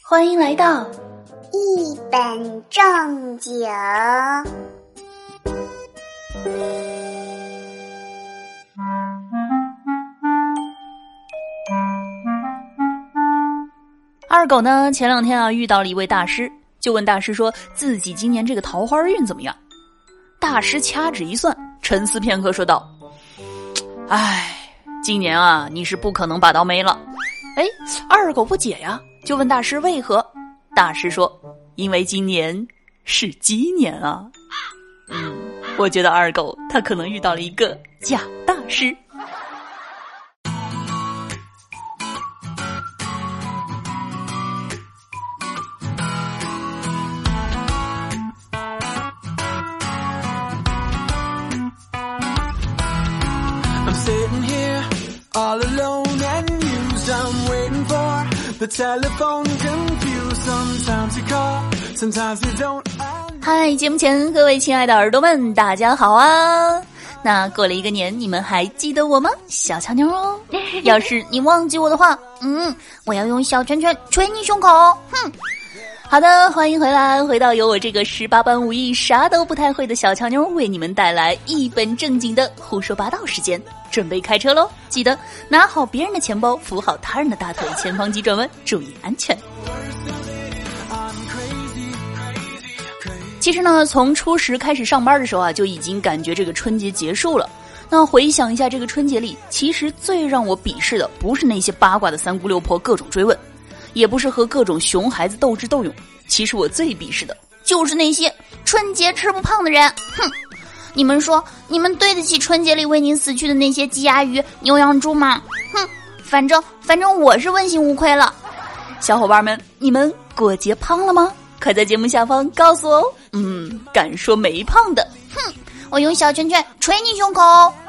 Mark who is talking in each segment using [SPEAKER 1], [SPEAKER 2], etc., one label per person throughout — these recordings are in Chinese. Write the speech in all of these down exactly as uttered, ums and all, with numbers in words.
[SPEAKER 1] 欢迎来到
[SPEAKER 2] 一本正经。
[SPEAKER 1] 二狗呢，前两天啊遇到了一位大师，就问大师说自己今年这个桃花运怎么样。大师掐指一算，沉思片刻说道：唉，今年啊你是不可能把到妹了。哎，二狗不解呀，就问大师为何。大师说因为今年是鸡年啊。嗯，我觉得二狗他可能遇到了一个假大师。
[SPEAKER 3] Sitting here all alone and used. I'm waiting for the telephone confused. Sometimes you call, sometimes you don't.
[SPEAKER 1] 嗨，节目前各位亲爱的耳朵们，大家好啊！那过了一个年，你们还记得我吗？小强妞哦。要是你忘记我的话，嗯，我要用小拳拳捶你胸口。哼。好的，欢迎回来，回到由我这个十八般武艺啥都不太会的小强妞为你们带来一本正经的胡说八道时间，准备开车咯，记得拿好别人的钱包，扶好他人的大腿，前方急转弯，注意安全。其实呢，从初十开始上班的时候啊，就已经感觉这个春节结束了。那回想一下这个春节里，其实最让我鄙视的不是那些八卦的三姑六婆各种追问，也不是和各种熊孩子斗智斗勇，其实我最鄙视的就是那些春节吃不胖的人。哼，你们说你们对得起春节里为您死去的那些鸡鸭鱼牛羊猪吗？哼，反正反正我是问心无愧了。小伙伴们，你们过节胖了吗？快在节目下方告诉我哦。嗯，敢说没胖的，哼，我用小拳拳捶你胸口。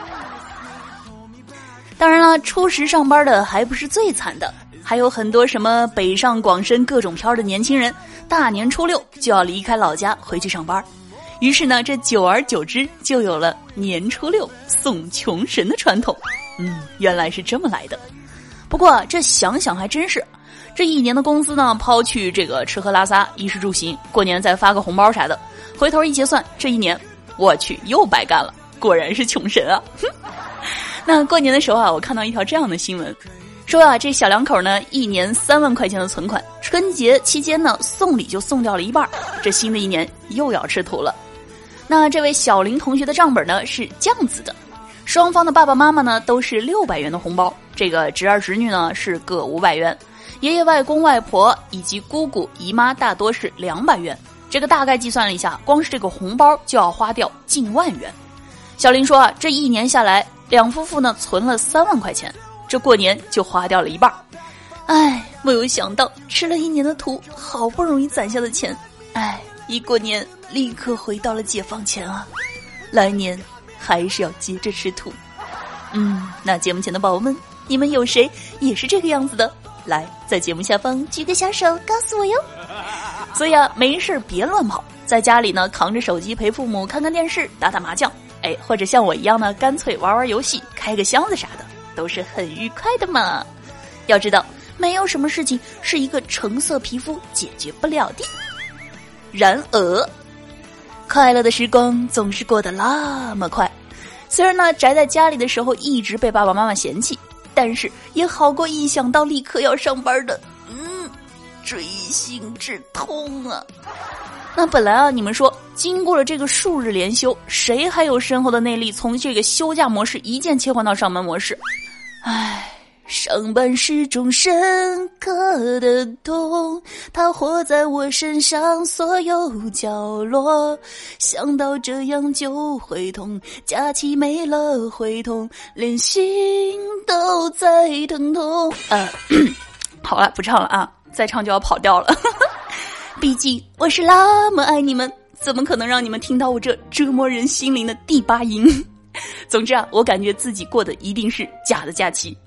[SPEAKER 1] 当然了，初十上班的还不是最惨的，还有很多什么北上广深各种漂的年轻人，大年初六就要离开老家回去上班。于是呢，这久而久之就有了年初六送穷神的传统。嗯，原来是这么来的。不过这想想还真是，这一年的工资呢，抛去这个吃喝拉撒衣食住行，过年再发个红包啥的，回头一结算，这一年我去又白干了，果然是穷神啊。哼。那过年的时候啊，我看到一条这样的新闻，说啊，这小两口呢，一年三万块钱的存款，春节期间呢，送礼就送掉了一半，这新的一年又要吃土了。那这位小林同学的账本呢是这样子的，双方的爸爸妈妈呢都是六百元的红包，这个侄儿侄女呢是各五百元，爷爷外公外婆以及姑姑姨妈大多是两百元。这个大概计算了一下，光是这个红包就要花掉近万元。小林说啊，这一年下来，两夫妇呢存了三万块钱。这过年就花掉了一半，唉，没有想到吃了一年的土，好不容易攒下的钱，唉，一过年立刻回到了解放前啊！来年还是要接着吃土。嗯，那节目前的宝宝们，你们有谁也是这个样子的？来，在节目下方举个小手告诉我哟。所以啊，没事别乱跑，在家里呢扛着手机陪父母看看电视，打打麻将，哎，或者像我一样呢，干脆玩玩游戏，开个箱子啥的。都是很愉快的嘛。要知道，没有什么事情是一个橙色皮肤解决不了的。然而，快乐的时光总是过得那么快。虽然呢，宅在家里的时候一直被爸爸妈妈嫌弃，但是也好过一想到立刻要上班的，嗯，锥心之痛啊。那本来啊，你们说经过了这个数日连休，谁还有深厚的内力从这个休假模式一键切换到上班模式？唉，上班是种深刻的痛，它活在我身上所有角落，想到这样就会痛，假期没了会痛，连心都在疼痛。呃，好了，不唱了啊，再唱就要跑掉了。毕竟我是那么爱你们，怎么可能让你们听到我这折磨人心灵的第八音？总之啊，我感觉自己过的一定是假的假期。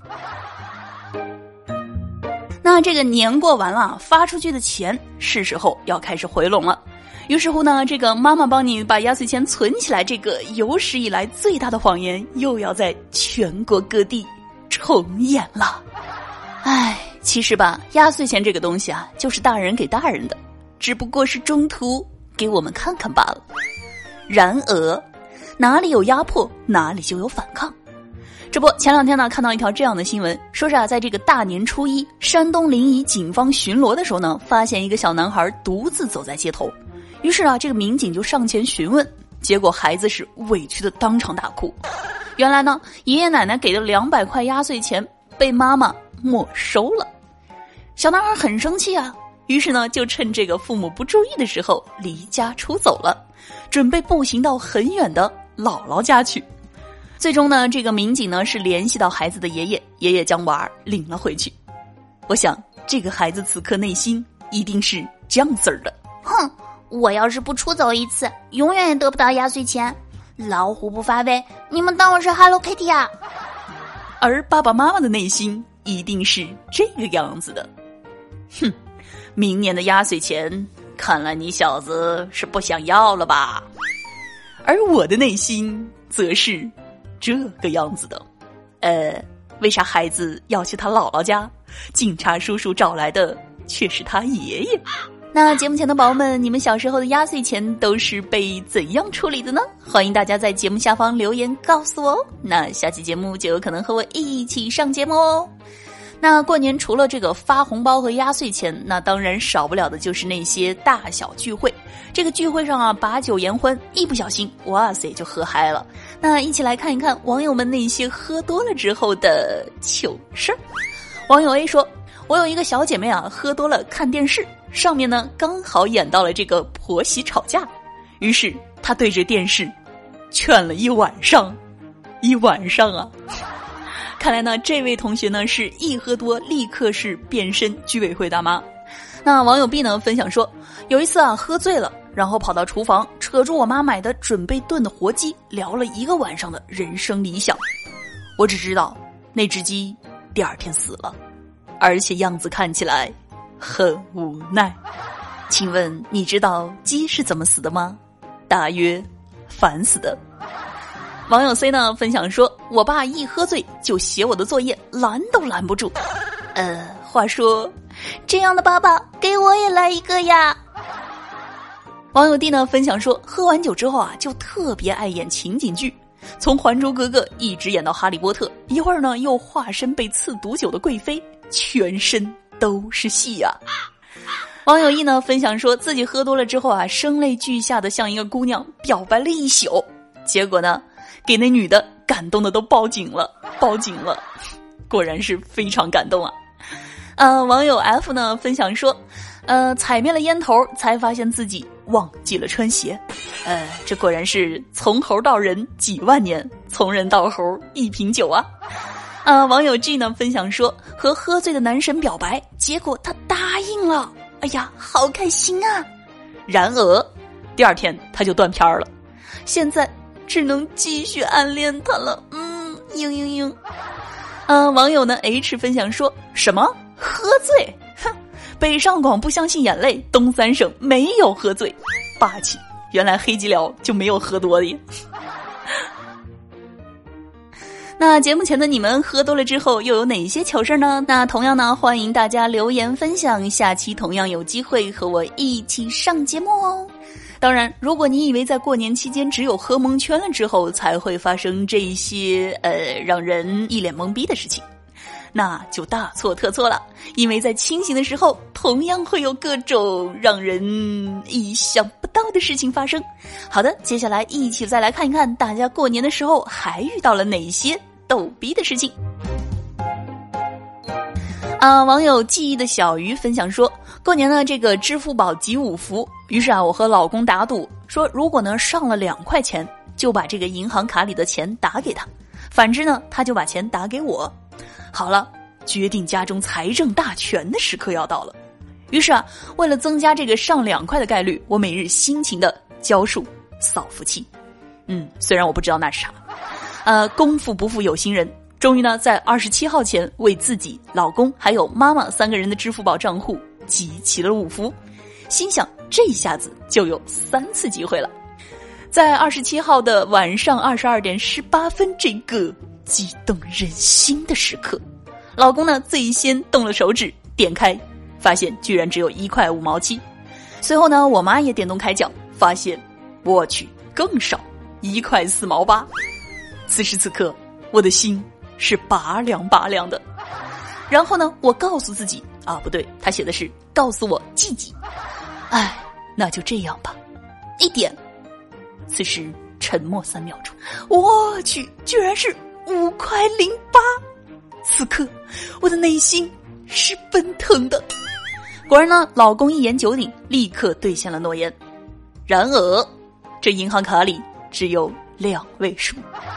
[SPEAKER 1] 那这个年过完了，发出去的钱是时候要开始回笼了。于是乎呢，这个妈妈帮你把压岁钱存起来，这个有史以来最大的谎言又要在全国各地重演了。唉， 其实吧，压岁钱这个东西啊，就是大人给大人的，只不过是中途给我们看看罢了。然而，哪里有压迫，哪里就有反抗。这不，前两天呢，看到一条这样的新闻，说是啊，在这个大年初一，山东临沂警方巡逻的时候呢，发现一个小男孩独自走在街头。于是啊，这个民警就上前询问，结果孩子是委屈的当场大哭。原来呢，爷爷奶奶给的两百块压岁钱被妈妈没收了。小男孩很生气啊，于是呢，就趁这个父母不注意的时候离家出走了，准备步行到很远的姥姥家去。最终呢，这个民警呢是联系到孩子的爷爷，爷爷将娃儿领了回去。我想，这个孩子此刻内心一定是这样子的：
[SPEAKER 2] 哼，我要是不出走一次，永远也得不到压岁钱。老虎不发威，你们当我是 Hello Kitty 啊？
[SPEAKER 1] 而爸爸妈妈的内心一定是这个样子的：哼，明年的压岁钱，看来你小子是不想要了吧？而我的内心则是这个样子的，呃，为啥孩子要去他姥姥家？警察叔叔找来的却是他爷爷。那节目前的宝宝们，你们小时候的压岁钱都是被怎样处理的呢？欢迎大家在节目下方留言告诉我哦。那下期节目就有可能和我一起上节目哦。那过年除了这个发红包和压岁钱，那当然少不了的就是那些大小聚会。这个聚会上啊，把酒言欢，一不小心，哇塞，就喝嗨了。那一起来看一看网友们那些喝多了之后的糗事儿。网友 A 说，我有一个小姐妹啊，喝多了看电视，上面呢刚好演到了这个婆媳吵架，于是她对着电视劝了一晚上，一晚上啊。看来呢，这位同学呢是一喝多立刻是变身居委会大妈。那网友 B 呢分享说，有一次啊喝醉了，然后跑到厨房扯住我妈买的准备炖的活鸡，聊了一个晚上的人生理想。我只知道那只鸡第二天死了，而且样子看起来很无奈。请问你知道鸡是怎么死的吗？大约烦死的。网友 C 呢分享说，我爸一喝醉就写我的作业，拦都拦不住。呃，话说
[SPEAKER 2] 这样的爸爸给我也来一个呀。
[SPEAKER 1] 网友 D 呢分享说，喝完酒之后啊，就特别爱演情景剧，从《还珠格格》一直演到《哈利波特》，一会儿呢又化身被赐毒酒的贵妃，全身都是戏啊。网友 E 呢分享说，自己喝多了之后啊，声泪俱下的向一个姑娘表白了一宿，结果呢给那女的感动的都报警了，报警了，果然是非常感动啊。呃，网友 F 呢分享说，呃，踩灭了烟头，才发现自己忘记了穿鞋。呃，这果然是从猴到人几万年，从人到猴一瓶酒啊。呃，网友 G 呢分享说，和喝醉的男神表白，结果他答应了，哎呀，好开心啊！然而第二天他就断片了，现在只能继续暗恋他了。嗯，嘤嘤嘤。呃，网友呢 H 分享说，什么喝醉？哼，北上广不相信眼泪，东三省没有喝醉，霸气！原来黑吉辽就没有喝多的。那节目前的你们喝多了之后又有哪些糗事呢？那同样呢，欢迎大家留言分享，下期同样有机会和我一起上节目哦。当然，如果你以为在过年期间只有喝蒙圈了之后才会发生这些呃让人一脸懵逼的事情，那就大错特错了，因为在清醒的时候同样会有各种让人意想不到的事情发生。好的，接下来一起再来看一看大家过年的时候还遇到了哪些逗逼的事情。啊，网友记忆的小鱼分享说，过年呢这个支付宝集五福，于是啊我和老公打赌说，如果呢上了两块钱，就把这个银行卡里的钱打给他，反之呢他就把钱打给我。好了，决定家中财政大权的时刻要到了。于是啊，为了增加这个上两块的概率，我每日辛勤的浇树扫福气。嗯，虽然我不知道那是啥。呃，功夫不负有心人，终于呢在二十七号前为自己、老公还有妈妈三个人的支付宝账户集齐了五福。心想这一下子就有三次机会了。在二十七号的晚上二十二点十八分这个激动人心的时刻，老公呢最先动了手指， 点开发现居然只有一块五毛七。随后呢，我妈也点动开奖，发现我去更少，一块四毛八。此时此刻我的心是拔凉拔凉的。然后呢，我告诉自己啊，不对，他写的是告诉我季季，哎，那就这样吧，一点。此时沉默三秒钟，我去，居然是五块零八。此刻我的内心是奔腾的。果然呢，老公一言九鼎，立刻兑现了诺言。然而这银行卡里只有两位数。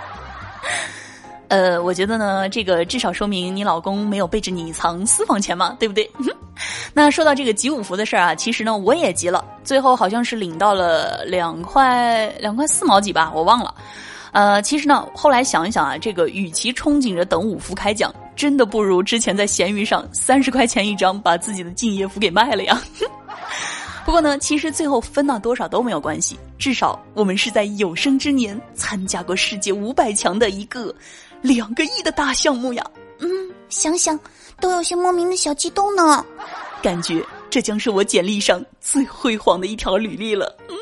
[SPEAKER 1] 呃，我觉得呢，这个至少说明你老公没有背着你藏私房钱嘛，对不对？那说到这个集五福的事儿啊，其实呢我也集了，最后好像是领到了两块两块四毛几吧，我忘了。呃，其实呢后来想一想啊，这个与其憧憬着等五福开奖，真的不如之前在闲鱼上三十块钱一张把自己的敬业福给卖了呀。不过呢，其实最后分到多少都没有关系，至少我们是在有生之年参加过世界五百强的一个两个亿的大项目呀。
[SPEAKER 2] 嗯，想想都有些莫名的小激动呢。
[SPEAKER 1] 感觉这将是我简历上最辉煌的一条履历了。嗯。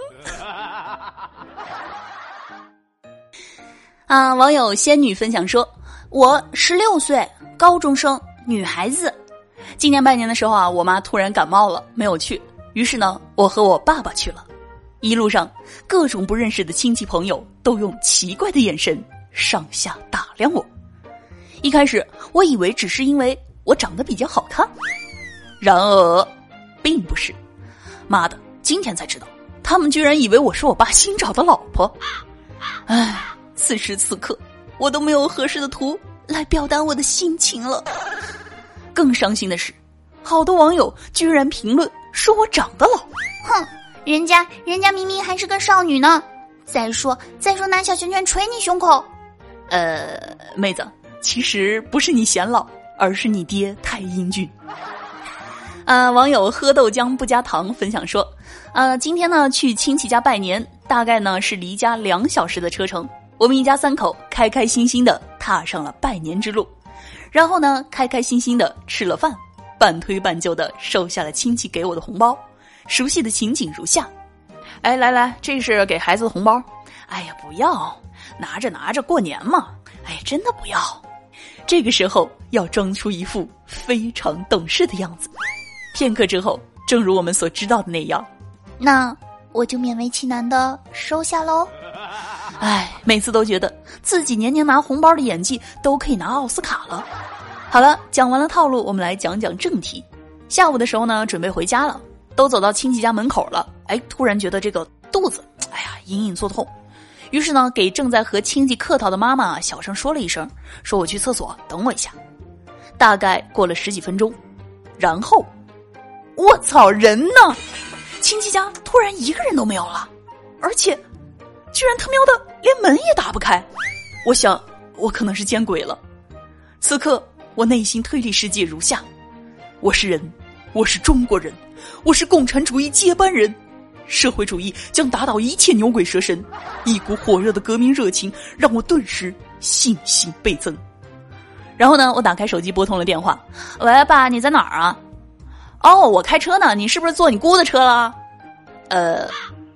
[SPEAKER 1] 啊，网友仙女分享说，
[SPEAKER 2] 我十六岁，高中生，女孩子。
[SPEAKER 1] 今年拜年的时候啊，我妈突然感冒了，没有去。于是呢，我和我爸爸去了。一路上，各种不认识的亲戚朋友都用奇怪的眼神上下打量我。一开始，我以为只是因为我长得比较好看，然而，并不是。妈的，今天才知道，他们居然以为我是我爸新找的老婆。唉，此时此刻，我都没有合适的图来表达我的心情了。更伤心的是，好多网友居然评论说我长得老。
[SPEAKER 2] 哼，人家人家明明还是个少女呢。再说再说拿小拳拳捶你胸口。
[SPEAKER 1] 呃，妹子，其实不是你显老，而是你爹太英俊。呃，网友喝豆浆不加糖分享说，呃，今天呢去亲戚家拜年，大概呢是离家两小时的车程。我们一家三口开开心心的踏上了拜年之路，然后呢开开心心的吃了饭，半推半就的收下了亲戚给我的红包。熟悉的情景如下：哎，来来，这是给孩子的红包。哎呀，不要，拿着拿着，过年嘛。哎，真的不要。这个时候要装出一副非常懂事的样子。片刻之后，正如我们所知道的那样，
[SPEAKER 2] 那我就勉为其难的收下喽。
[SPEAKER 1] 哎，每次都觉得自己年年拿红包的演技都可以拿奥斯卡了。好了，讲完了套路，我们来讲讲正题。下午的时候呢，准备回家了，都走到亲戚家门口了。哎，突然觉得这个肚子，哎呀，隐隐作痛。于是呢，给正在和亲戚客套的妈妈小声说了一声，说我去厕所，等我一下。大概过了十几分钟，然后，我操，人呢？亲戚家突然一个人都没有了，而且，居然他喵的连门也打不开。我想，我可能是见鬼了。此刻，我内心推理世界如下：我是人，我是中国人，我是共产主义接班人。社会主义将打倒一切牛鬼蛇神，一股火热的革命热情让我顿时信心倍增。然后呢，我打开手机拨通了电话。喂，爸，你在哪儿啊？哦，我开车呢，你是不是坐你姑的车了？呃，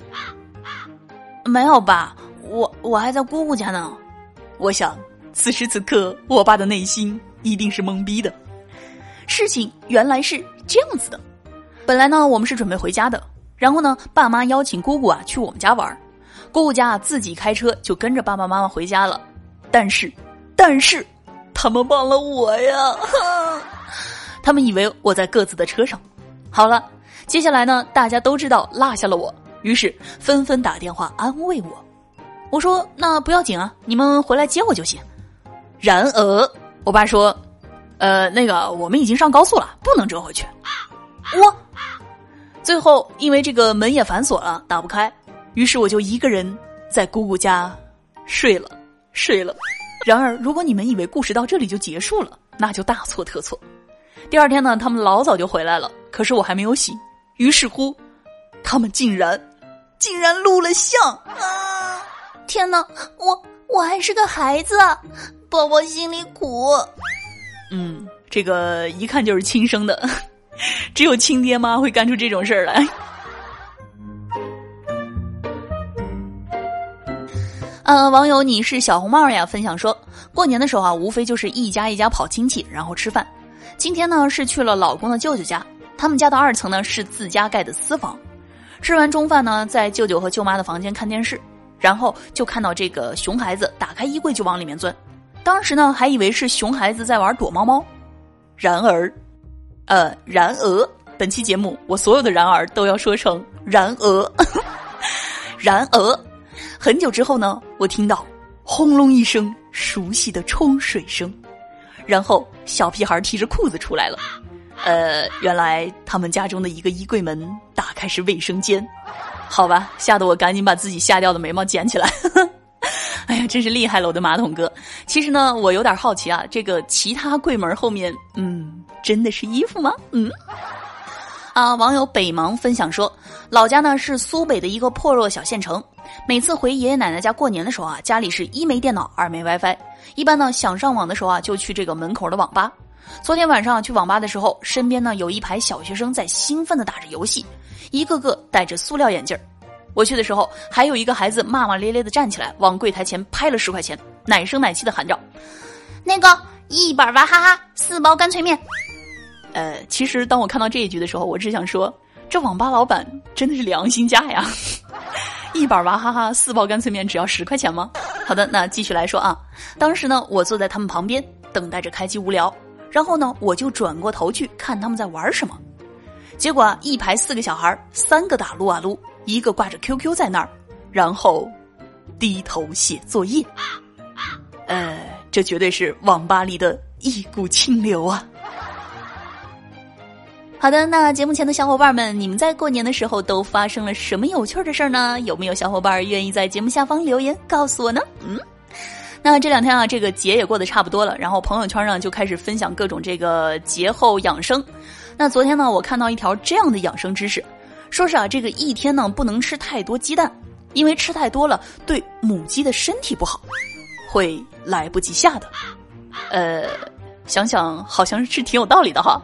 [SPEAKER 1] 没有爸，我我还在姑姑家呢。我想，此时此刻，我爸的内心一定是懵逼的。事情原来是这样子的，本来呢，我们是准备回家的。然后呢，爸妈邀请姑姑啊去我们家玩，姑姑家啊自己开车就跟着爸爸妈妈回家了。但是，但是，他们忘了我呀！他们以为我在各自的车上。好了，接下来呢，大家都知道落下了我，于是纷纷打电话安慰我。我说：“那不要紧啊，你们回来接我就行。”然而，我爸说：“呃，那个我们已经上高速了，不能折回去。”我。最后，因为这个门也反锁了，打不开，于是我就一个人在姑姑家睡了，睡了。然而，如果你们以为故事到这里就结束了，那就大错特错。第二天呢，他们老早就回来了，可是我还没有醒，于是乎，他们竟然，竟然录了像啊！
[SPEAKER 2] 天哪，我我还是个孩子，宝宝心里苦。
[SPEAKER 1] 嗯， 这个一看就是亲生的，只有亲爹妈会干出这种事儿来。呃，网友你是小红帽呀分享说，过年的时候啊，无非就是一家一家跑亲戚，然后吃饭。今天呢是去了老公的舅舅家，他们家的二层呢是自家盖的私房。吃完中饭呢，在舅舅和舅妈的房间看电视，然后就看到这个熊孩子打开衣柜就往里面钻。当时呢还以为是熊孩子在玩躲猫猫，然而，呃，然而，本期节目我所有的然而都要说成然而，然而。很久之后呢，我听到轰隆一声熟悉的冲水声，然后小屁孩提着裤子出来了。呃，原来他们家中的一个衣柜门打开是卫生间。好吧，吓得我赶紧把自己吓掉的眉毛捡起来。哎呀，真是厉害了，我的马桶哥。其实呢，我有点好奇啊，这个其他柜门后面，嗯，真的是衣服吗？嗯。啊，网友北芒分享说，老家呢是苏北的一个破弱小县城，每次回爷爷奶奶家过年的时候啊，家里是一没电脑，二没 WiFi， 一般呢想上网的时候啊，就去这个门口的网吧。昨天晚上去网吧的时候，身边呢有一排小学生在兴奋地打着游戏，一个个戴着塑料眼镜。我去的时候，还有一个孩子骂骂咧咧地站起来，往柜台前拍了十块钱，奶声奶气地喊着：“
[SPEAKER 2] 那个一板娃哈哈，四包干脆面。”
[SPEAKER 1] 呃，其实当我看到这一句的时候，我只想说，这网吧老板真的是良心价呀！一板娃哈哈，四包干脆面只要十块钱吗？好的，那继续来说啊。当时呢，我坐在他们旁边，等待着开机无聊，然后呢，我就转过头去看他们在玩什么。结果啊，一排四个小孩，三个打撸啊撸，一个挂着 Q Q 在那儿，然后低头写作业。呃，这绝对是网吧里的一股清流啊！好的，那节目前的小伙伴们，你们在过年的时候都发生了什么有趣的事儿呢？有没有小伙伴愿意在节目下方留言告诉我呢？嗯，那这两天啊，这个节也过得差不多了，然后朋友圈上就开始分享各种这个节后养生。那昨天呢，我看到一条这样的养生知识，说是啊，这个一天呢不能吃太多鸡蛋，因为吃太多了对母鸡的身体不好，会来不及下的。呃，想想好像是挺有道理的哈。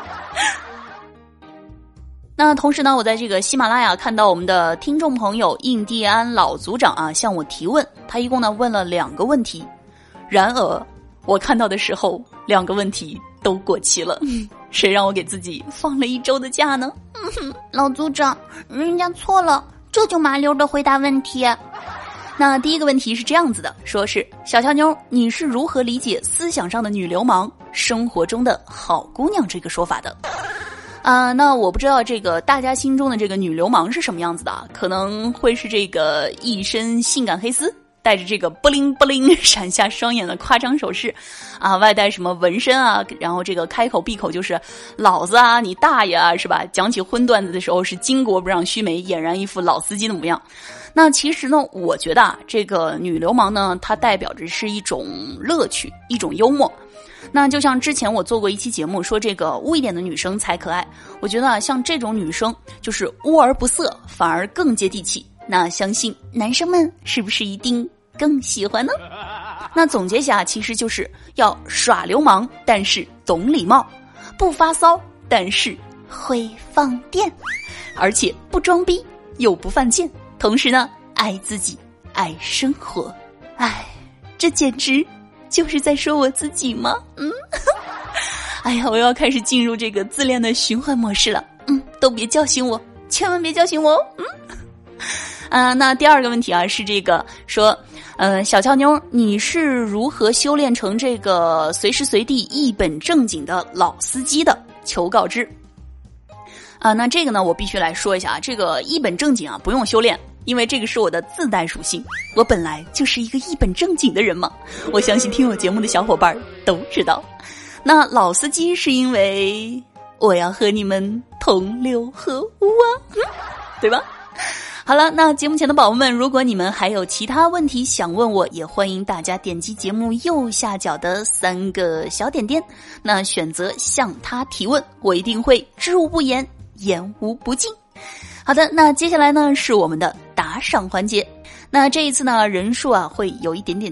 [SPEAKER 1] 那同时呢，我在这个喜马拉雅看到我们的听众朋友印第安老族长啊向我提问，他一共呢问了两个问题，然而我看到的时候两个问题都过期了，谁让我给自己放了一周的假呢？
[SPEAKER 2] 嗯、老族长，人家错了，这就麻溜的回答问题。
[SPEAKER 1] 那第一个问题是这样子的，说是小乔妞，你是如何理解思想上的女流氓，生活中的好姑娘这个说法的？啊、呃，那我不知道这个大家心中的这个女流氓是什么样子的，可能会是这个一身性感黑丝，带着这个布灵布灵闪下双眼的夸张手势，啊，外带什么纹身啊，然后这个开口闭口就是老子啊，你大爷啊，是吧？讲起荤段子的时候是巾帼不让须眉，俨然一副老司机的模样。那其实呢，我觉得啊，这个女流氓呢，它代表着是一种乐趣，一种幽默。那就像之前我做过一期节目，说这个污一点的女生才可爱。我觉得啊，像这种女生就是污而不色，反而更接地气。那相信男生们是不是一定更喜欢呢？那总结下，其实就是要耍流氓，但是懂礼貌；不发骚，但是会放电；而且不装逼，又不犯贱。同时呢，爱自己，爱生活。哎，这简直就是在说我自己吗？嗯，哎呀，我要开始进入这个自恋的循环模式了。嗯，都别叫醒我，千万别叫醒我。嗯，啊、呃，那第二个问题啊，是这个说，呃，小俏妞，你是如何修炼成这个随时随地一本正经的老司机的？求告知。啊、呃，那这个呢，我必须来说一下啊，这个一本正经啊，不用修炼。因为这个是我的自带属性，我本来就是一个一本正经的人嘛，我相信听我节目的小伙伴都知道。那老司机是因为我要和你们同流合污啊，嗯、对吧？好了，那节目前的宝宝们，如果你们还有其他问题想问我，也欢迎大家点击节目右下角的三个小点点，那选择向他提问，我一定会知无不言，言无不尽。好的，那接下来呢是我们的打赏环节。那这一次呢人数啊会有一点点多，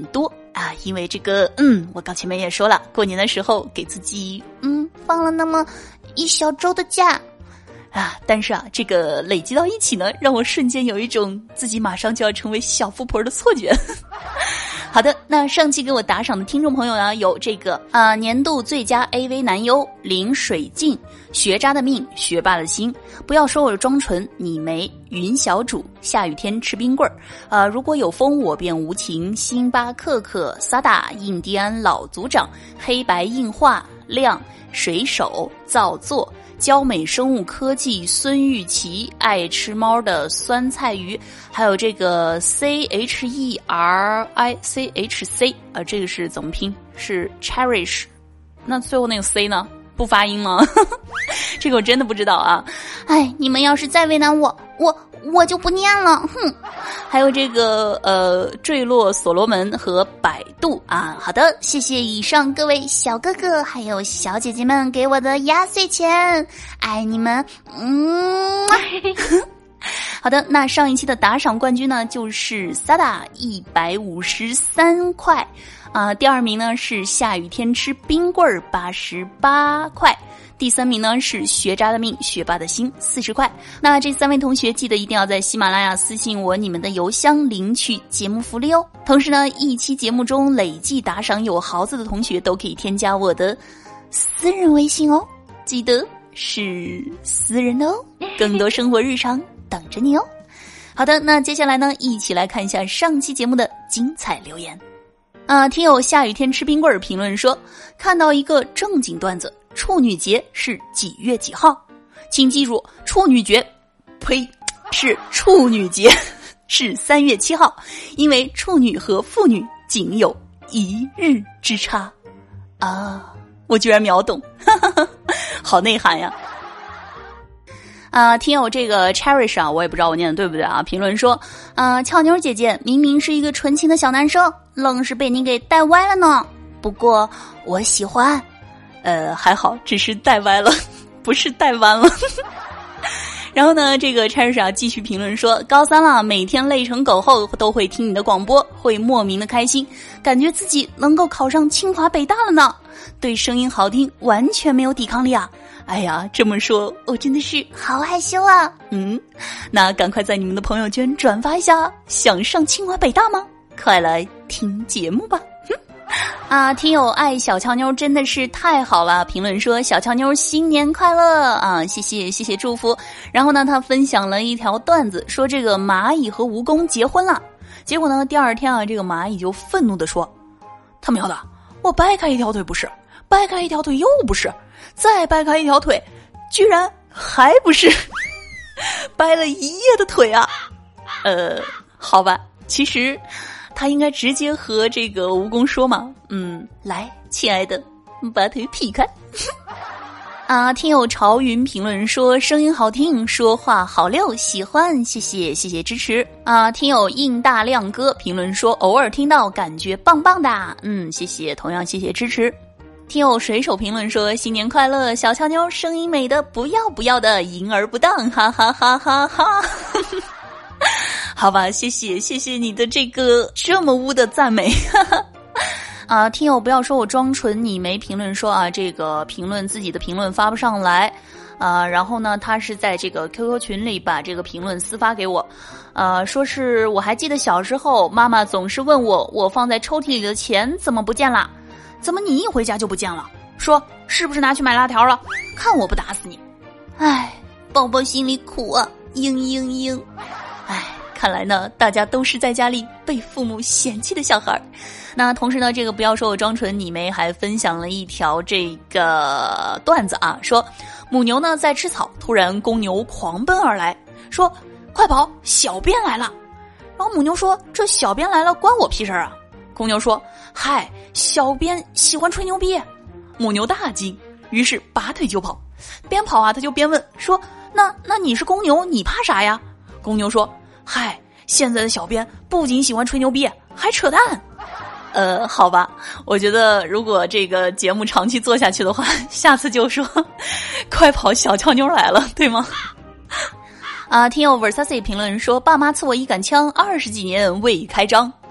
[SPEAKER 1] 啊，因为这个，嗯，我刚前面也说了，过年的时候给自己
[SPEAKER 2] 嗯放了那么一小周的假
[SPEAKER 1] 啊，但是啊，这个累积到一起呢，让我瞬间有一种自己马上就要成为小富婆的错觉。好的，那上期给我打赏的听众朋友呢，有这个啊、呃、年度最佳 A V 男优林水镜、学渣的命、学霸的心，不要说我装纯，你没云小主、下雨天吃冰棍儿，呃，如果有风我便无情、辛巴克克、萨达、印第安老族长、黑白硬化、亮、水手、造作、娇美生物科技、孙玉琪、爱吃猫的酸菜鱼，还有这个 C H E R I C H C 啊，这个是怎么拼？是 cherish， 那最后那个 C 呢？不发音吗？这个我真的不知道啊。
[SPEAKER 2] 哎，你们要是再为难我，我我就不念了，哼。
[SPEAKER 1] 还有这个呃，坠落所罗门和百度啊。好的，
[SPEAKER 2] 谢谢以上各位小哥哥还有小姐姐们给我的压岁钱，爱你们，嗯。
[SPEAKER 1] 好的，那上一期的打赏冠军呢，就是萨达一百五十三块啊、呃，第二名呢是下雨天吃冰棍儿八十八块。第三名呢是学渣的命学霸的心四十块。那这三位同学记得一定要在喜马拉雅私信我你们的邮箱领取节目福利哦。同时呢，一期节目中累计打赏有豪子的同学都可以添加我的私人微信哦，记得是私人的哦，更多生活日常等着你哦。好的，那接下来呢，一起来看一下上期节目的精彩留言。啊、呃，听友下雨天吃冰棍儿评论说，看到一个正经段子，处女节是几月几号？请记住，处女节，呸，是处女节，是三月七号，因为处女和妇女仅有一日之差。啊，我居然秒懂，哈哈哈，好内涵呀！啊、呃，听友这个 cherish 啊，我也不知道我念的对不对啊。评论说，啊、呃，俏妞姐姐明明是一个纯情的小男生，愣是被你给带歪了呢。不过我喜欢，呃，还好，只是带歪了，不是带弯了。然后呢，这个 cherish 啊继续评论说，高三了，每天累成狗后都会听你的广播，会莫名的开心，感觉自己能够考上清华北大了呢。对声音好听完全没有抵抗力啊。哎呀，这么说我真的是
[SPEAKER 2] 好害羞啊。
[SPEAKER 1] 嗯，那赶快在你们的朋友圈转发一下，想上清华北大吗？快来听节目吧。啊，听友爱小乔妞真的是太好了，评论说小乔妞新年快乐啊，谢谢谢谢祝福。然后呢，他分享了一条段子，说这个蚂蚁和蜈蚣结婚了，结果呢第二天啊，这个蚂蚁就愤怒地说，他喵的，我掰开一条腿不是，掰开一条腿又不是，再掰开一条腿居然还不是，掰了一夜的腿啊。呃好吧，其实他应该直接和这个蜈蚣说嘛，嗯，来，亲爱的，把腿劈开。啊，听友朝云评论说声音好听，说话好溜，喜欢，谢谢谢谢支持。啊，听友应大亮哥评论说偶尔听到感觉棒棒的，嗯，谢谢，同样谢谢支持。听友水手评论说新年快乐，小俏妞声音美的不要不要的，淫而不当，哈哈哈哈哈。好吧，谢谢谢谢你的这个这么污的赞美。啊，听友不要说我装纯，你没评论说啊，这个评论自己的评论发不上来啊，然后呢，他是在这个 Q Q 群里把这个评论私发给我，呃，说是我还记得小时候，妈妈总是问我，我放在抽屉里的钱怎么不见了？怎么你一回家就不见了？说是不是拿去买辣条了？看我不打死你！哎，宝宝心里苦啊，嘤嘤嘤。哎，看来呢，大家都是在家里被父母嫌弃的小孩。那同时呢，这个不要说我装纯，你妹还分享了一条这个段子啊，说母牛呢在吃草，突然公牛狂奔而来，说快跑，小编来了。然后母牛说这小编来了关我屁事啊。公牛说嗨，小编喜欢吹牛逼。母牛大惊，于是拔腿就跑，边跑啊他就边问说那那你是公牛，你怕啥呀？公牛说嗨，现在的小编不仅喜欢吹牛逼还扯淡。呃，好吧，我觉得如果这个节目长期做下去的话，下次就说快跑，小俏妞来了，对吗？啊，听友 Versace 评论说爸妈赐我一杆枪，二十几年未开张。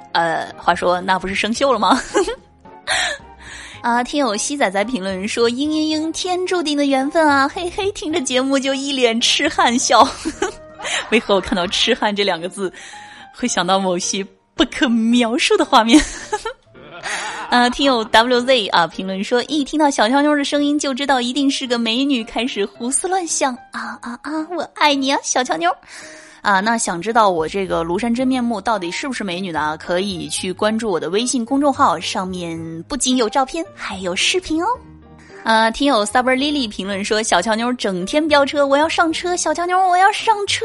[SPEAKER 1] 呃，话说那不是生锈了吗？啊，听友西仔仔评论说：“嘤嘤嘤，天注定的缘分啊！”嘿嘿，听着节目就一脸痴汉笑。为何我看到痴汉这两个字，会想到某些不可描述的画面？啊，听友 W Z 啊评论说：“一听到小乔妞的声音，就知道一定是个美女，开始胡思乱想啊啊啊！我爱你啊，小乔妞。”啊，那想知道我这个庐山真面目到底是不是美女呢？可以去关注我的微信公众号，上面不仅有照片，还有视频哦。啊，听友 Saber Lily 评论说：“小乔妞整天飙车，我要上车，小乔妞我要上车。”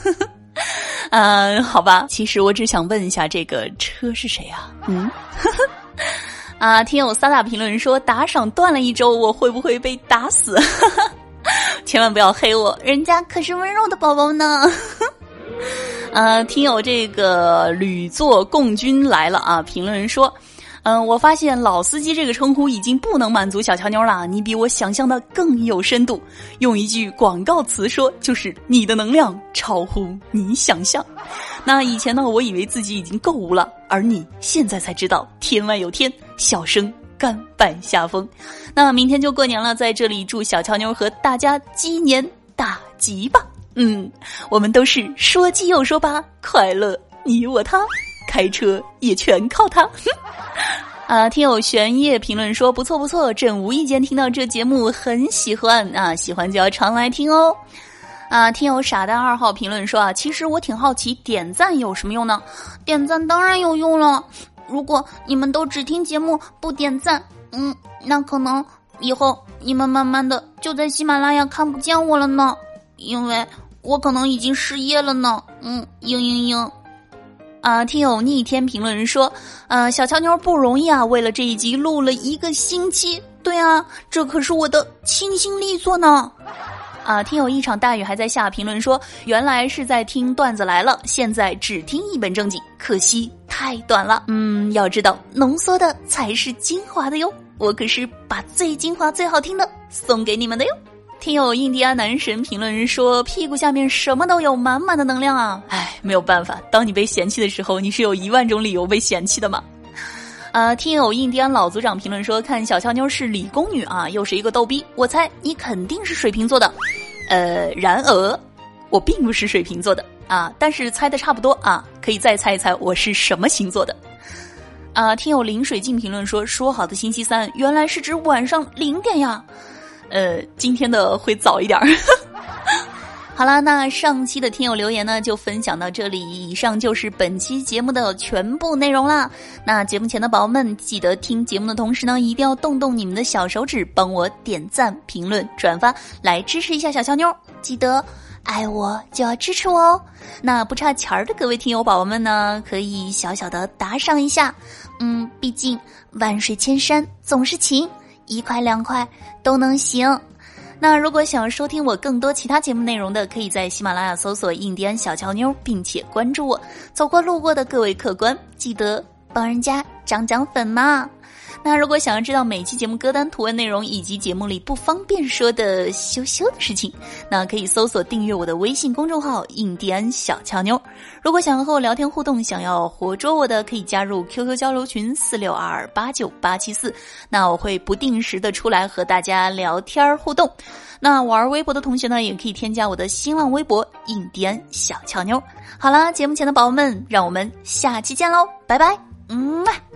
[SPEAKER 1] 嗯，好吧，其实我只想问一下，这个车是谁啊？嗯，啊，听友萨达评论说：“打赏断了一周，我会不会被打死？”千万不要黑我，人家可是温柔的宝宝呢。呃，听友这个屡作共军来了啊！评论说，嗯、呃，我发现老司机这个称呼已经不能满足小乔妞了，你比我想象的更有深度。用一句广告词说，就是你的能量超乎你想象。那以前呢，我以为自己已经够无了，而你现在才知道天外有天，小生甘拜下风。那明天就过年了，在这里祝小乔妞和大家鸡年大吉吧。嗯，我们都是说鸡又说八，快乐你我他，开车也全靠他。啊，听友玄烨评论说：“不错不错，朕无意间听到这节目很喜欢啊，喜欢就要常来听哦。”啊，听友傻蛋二号评论说：“啊，其实我挺好奇，点赞有什么用呢？
[SPEAKER 2] 点赞当然有用了。如果你们都只听节目不点赞，嗯，那可能以后你们慢慢的就在喜马拉雅看不见我了呢。”因为我可能已经失业了呢，嗯，嘤嘤嘤。
[SPEAKER 1] 啊，听友逆天评论说，呃，小乔妞不容易啊，为了这一集录了一个星期。对啊，这可是我的倾心力作呢。啊，听友一场大雨还在下评论说，原来是在听段子来了，现在只听一本正经，可惜太短了。嗯，要知道浓缩的才是精华的哟，我可是把最精华最好听的送给你们的哟。听友印第安男神评论说，屁股下面什么都有，满满的能量啊！唉，没有办法，当你被嫌弃的时候，你是有一万种理由被嫌弃的嘛。呃，听友印第安老组长评论说，看小乔妞是理工女啊，又是一个逗逼，我猜你肯定是水瓶座的。呃，然而我并不是水瓶座的啊，但是猜的差不多啊，可以再猜一猜我是什么星座的。啊，听友临水镜评论说，说好的星期三原来是指晚上零点呀。呃，今天的会早一点儿。好啦，那上期的听友留言呢就分享到这里，以上就是本期节目的全部内容啦。那节目前的宝宝们，记得听节目的同时呢，一定要动动你们的小手指，帮我点赞、评论、转发，来支持一下小乔妞。记得爱我就要支持我哦。那不差钱儿的各位听友宝宝们呢，可以小小的打赏一下。嗯，毕竟万水千山总是情，一块两块都能行。那如果想收听我更多其他节目内容的，可以在喜马拉雅搜索印第安小乔妞，并且关注我。走过路过的各位客官，记得帮人家涨涨粉嘛。那如果想要知道每期节目歌单、图文内容以及节目里不方便说的羞羞的事情，那可以搜索订阅我的微信公众号印第安小乔妞。如果想要和我聊天互动，想要活捉我的，可以加入 Q Q 交流群四六二二八九八七四，那我会不定时的出来和大家聊天互动。那玩微博的同学呢，也可以添加我的新浪微博印第安小乔妞。好啦，节目前的宝宝们，让我们下期见喽，拜拜，嗯。